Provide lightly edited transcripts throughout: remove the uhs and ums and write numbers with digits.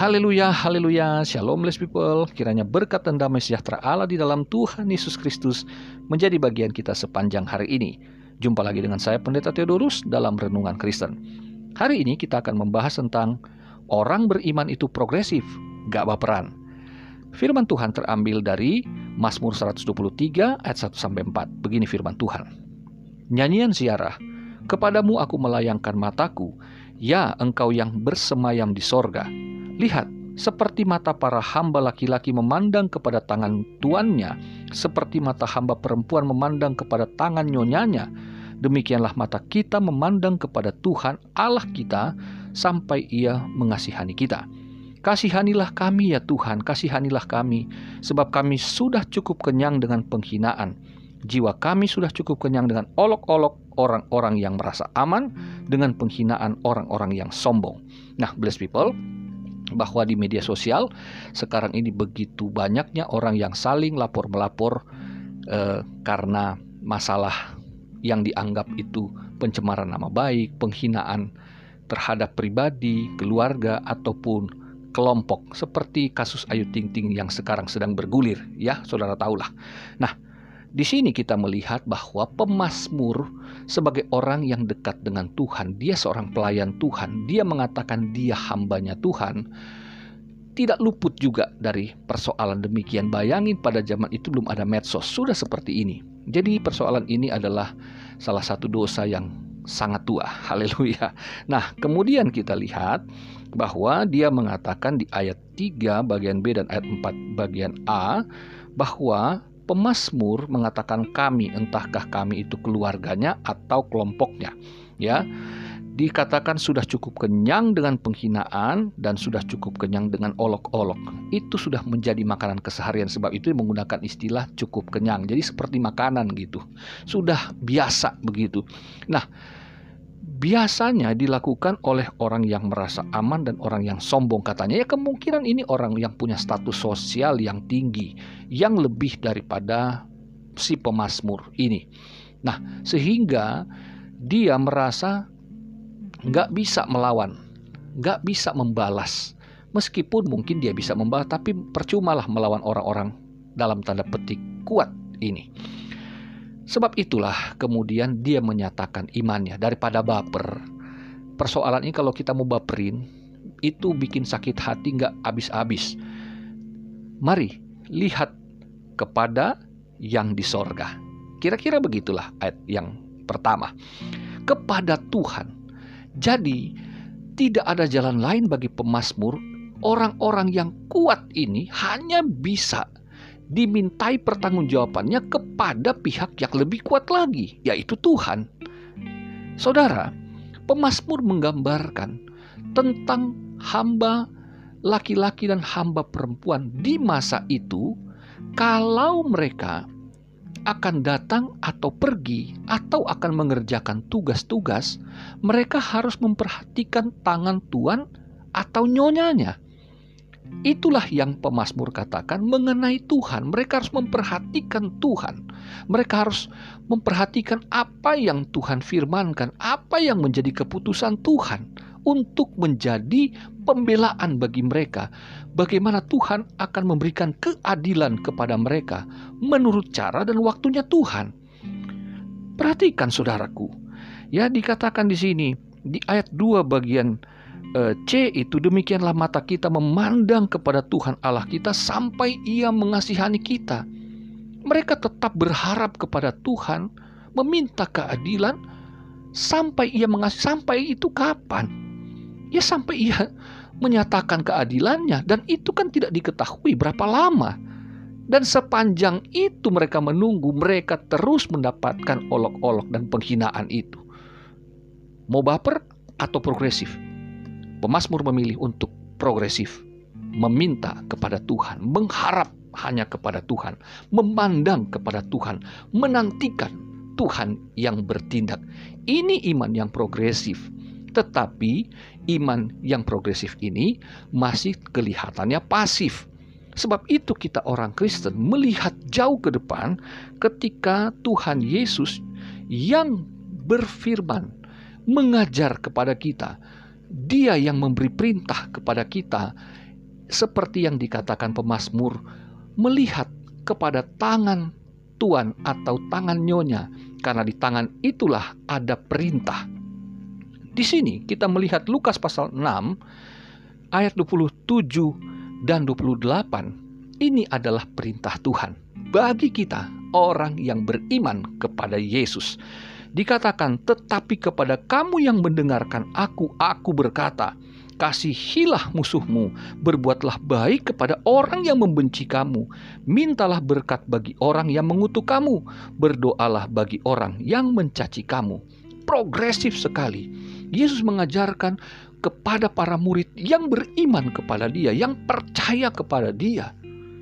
Haleluya, haleluya, shalom blessed people. Kiranya berkat dan damai sejahtera Allah di dalam Tuhan Yesus Kristus menjadi bagian kita sepanjang hari ini. Jumpa lagi dengan saya Pendeta Theodorus dalam Renungan Kristen. Hari ini kita akan membahas tentang orang beriman itu progresif, gak baperan. Firman Tuhan terambil dari Mazmur 123 ayat 1-4. Begini firman Tuhan. Nyanyian ziarah, kepadamu aku melayangkan mataku, ya engkau yang bersemayam di sorga. Lihat, seperti mata para hamba laki-laki memandang kepada tangan tuannya, seperti mata hamba perempuan memandang kepada tangan nyonyanya, demikianlah mata kita memandang kepada Tuhan Allah kita sampai Ia mengasihani kita. Kasihanilah kami ya Tuhan, kasihanilah kami, sebab kami sudah cukup kenyang dengan penghinaan. Jiwa kami sudah cukup kenyang dengan olok-olok orang-orang yang merasa aman, dengan penghinaan orang-orang yang sombong. Nah, blessed people, bahwa di media sosial sekarang ini begitu banyaknya orang yang saling lapor-melapor karena masalah yang dianggap itu pencemaran nama baik, penghinaan terhadap pribadi, keluarga, ataupun kelompok, seperti kasus Ayu Ting Ting yang sekarang sedang bergulir, ya saudara tahulah. Nah, di sini kita melihat bahwa pemazmur sebagai orang yang dekat dengan Tuhan, dia seorang pelayan Tuhan, dia mengatakan dia hambanya Tuhan, tidak luput juga dari persoalan demikian. Bayangin pada zaman itu belum ada medsos, sudah seperti ini. Jadi persoalan ini adalah salah satu dosa yang sangat tua, haleluya. Nah, kemudian kita lihat bahwa dia mengatakan di ayat 3 bagian B dan ayat 4 bagian A, bahwa pemazmur mengatakan kami, entahkah kami itu keluarganya atau kelompoknya, ya. Dikatakan sudah cukup kenyang dengan penghinaan dan sudah cukup kenyang dengan olok-olok. Itu sudah menjadi makanan keseharian, sebab itu menggunakan istilah cukup kenyang. Jadi seperti makanan gitu. Sudah biasa begitu. Nah, biasanya dilakukan oleh orang yang merasa aman dan orang yang sombong katanya. Ya kemungkinan ini orang yang punya status sosial yang tinggi, yang lebih daripada si pemazmur ini. Nah, sehingga dia merasa gak bisa melawan, gak bisa membalas. Meskipun mungkin dia bisa membalas, tapi percumalah melawan orang-orang dalam tanda petik kuat ini. Sebab itulah kemudian dia menyatakan imannya daripada baper. Persoalan ini kalau kita mau baperin, itu bikin sakit hati gak habis-habis. Mari lihat kepada yang di sorga. Kira-kira begitulah ayat yang pertama. Kepada Tuhan. Jadi tidak ada jalan lain bagi pemazmur. Orang-orang yang kuat ini hanya bisa dimintai pertanggungjawabannya kepada pihak yang lebih kuat lagi, yaitu Tuhan. Saudara, pemazmur menggambarkan tentang hamba laki-laki dan hamba perempuan di masa itu, kalau mereka akan datang atau pergi atau akan mengerjakan tugas-tugas, mereka harus memperhatikan tangan tuan atau nyonyanya. Itulah yang pemazmur katakan mengenai Tuhan. Mereka harus memperhatikan Tuhan. Mereka harus memperhatikan apa yang Tuhan firmankan, apa yang menjadi keputusan Tuhan untuk menjadi pembelaan bagi mereka. Bagaimana Tuhan akan memberikan keadilan kepada mereka menurut cara dan waktunya Tuhan. Perhatikan saudaraku. Ya, dikatakan di sini di ayat 2 bagian C itu, demikianlah mata kita memandang kepada Tuhan Allah kita sampai Ia mengasihani kita. Mereka tetap berharap kepada Tuhan, meminta keadilan sampai Ia mengasihi. Sampai itu kapan? Ya sampai Ia menyatakan keadilannya, dan itu kan tidak diketahui berapa lama. Dan sepanjang itu mereka menunggu, mereka terus mendapatkan olok-olok dan penghinaan itu. Mau baper atau progresif? Pemazmur memilih untuk progresif, meminta kepada Tuhan, mengharap hanya kepada Tuhan, memandang kepada Tuhan, menantikan Tuhan yang bertindak. Ini iman yang progresif. Tetapi iman yang progresif ini masih kelihatannya pasif. Sebab itu kita orang Kristen melihat jauh ke depan ketika Tuhan Yesus yang berfirman, mengajar kepada kita, Dia yang memberi perintah kepada kita, seperti yang dikatakan pemazmur, melihat kepada tangan Tuan atau tangan nyonya, karena di tangan itulah ada perintah. Di sini kita melihat Lukas pasal 6 ayat 27 dan 28. Ini adalah perintah Tuhan bagi kita orang yang beriman kepada Yesus. Dikatakan, tetapi kepada kamu yang mendengarkan aku berkata, kasihilah musuhmu, berbuatlah baik kepada orang yang membenci kamu, mintalah berkat bagi orang yang mengutuk kamu, berdoalah bagi orang yang mencaci kamu. Progresif sekali. Yesus mengajarkan kepada para murid yang beriman kepada Dia, yang percaya kepada Dia.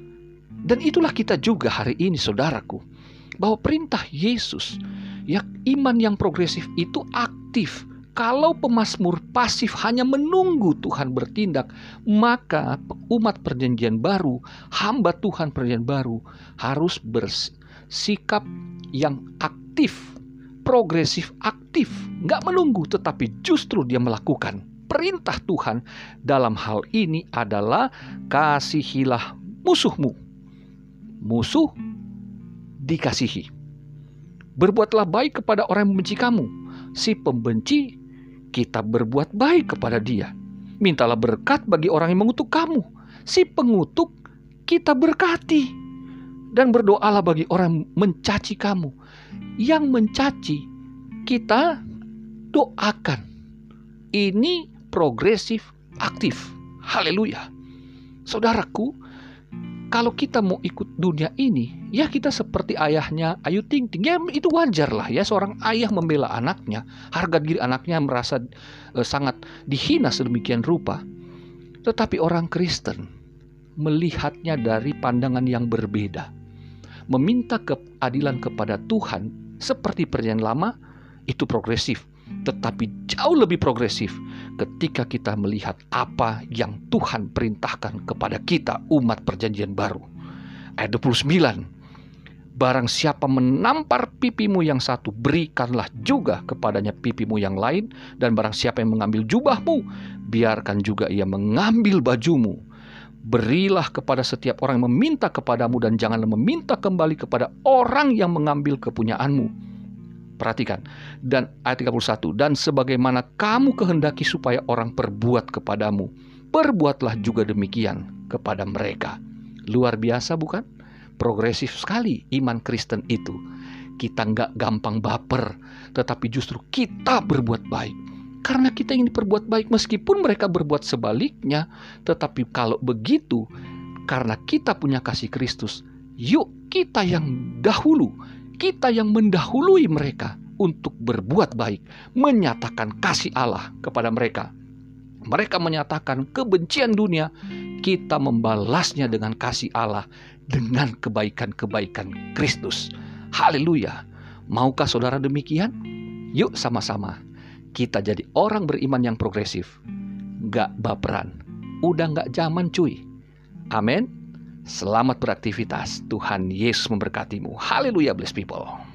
Dan itulah kita juga hari ini, saudaraku, bahwa perintah Yesus, ya, iman yang progresif itu aktif. Kalau pemazmur pasif hanya menunggu Tuhan bertindak, maka umat perjanjian baru, hamba Tuhan perjanjian baru, harus bersikap yang aktif, progresif aktif, nggak menunggu, tetapi justru dia melakukan. Perintah Tuhan dalam hal ini adalah kasihilah musuhmu. Musuh dikasihi. Berbuatlah baik kepada orang yang membenci kamu. Si pembenci, kita berbuat baik kepada dia. Mintalah berkat bagi orang yang mengutuk kamu. Si pengutuk, kita berkati. Dan berdoalah bagi orang yang mencaci kamu. Yang mencaci, kita doakan. Ini progresif aktif. Haleluya. Saudaraku, kalau kita mau ikut dunia ini, ya kita seperti ayahnya Ayu Ting Ting. Ya itu wajar lah ya, seorang ayah membela anaknya. Harga diri anaknya merasa sangat dihina sedemikian rupa. Tetapi orang Kristen melihatnya dari pandangan yang berbeda. Meminta keadilan kepada Tuhan seperti perjanjian lama itu progresif. Tetapi jauh lebih progresif ketika kita melihat apa yang Tuhan perintahkan kepada kita, umat perjanjian baru. Ayat 29, barang siapa menampar pipimu yang satu, berikanlah juga kepadanya pipimu yang lain. Dan barang siapa yang mengambil jubahmu, biarkan juga ia mengambil bajumu. Berilah kepada setiap orang yang meminta kepadamu, dan janganlah meminta kembali kepada orang yang mengambil kepunyaanmu. Perhatikan, dan ayat 31, dan sebagaimana kamu kehendaki supaya orang perbuat kepadamu, perbuatlah juga demikian kepada mereka. Luar biasa bukan? Progresif sekali iman Kristen itu. Kita nggak gampang baper, tetapi justru kita berbuat baik. Karena kita ingin berbuat baik meskipun mereka berbuat sebaliknya. Tetapi kalau begitu, karena kita punya kasih Kristus, yuk kita yang dahulu, kita yang mendahului mereka untuk berbuat baik, menyatakan kasih Allah kepada mereka. Mereka menyatakan kebencian dunia, kita membalasnya dengan kasih Allah, dengan kebaikan-kebaikan Kristus. Haleluya. Maukah saudara demikian? Yuk sama-sama kita jadi orang beriman yang progresif, gak baperan. Udah gak zaman cuy. Amin. Selamat beraktivitas. Tuhan Yesus memberkatimu. Haleluya, blessed people.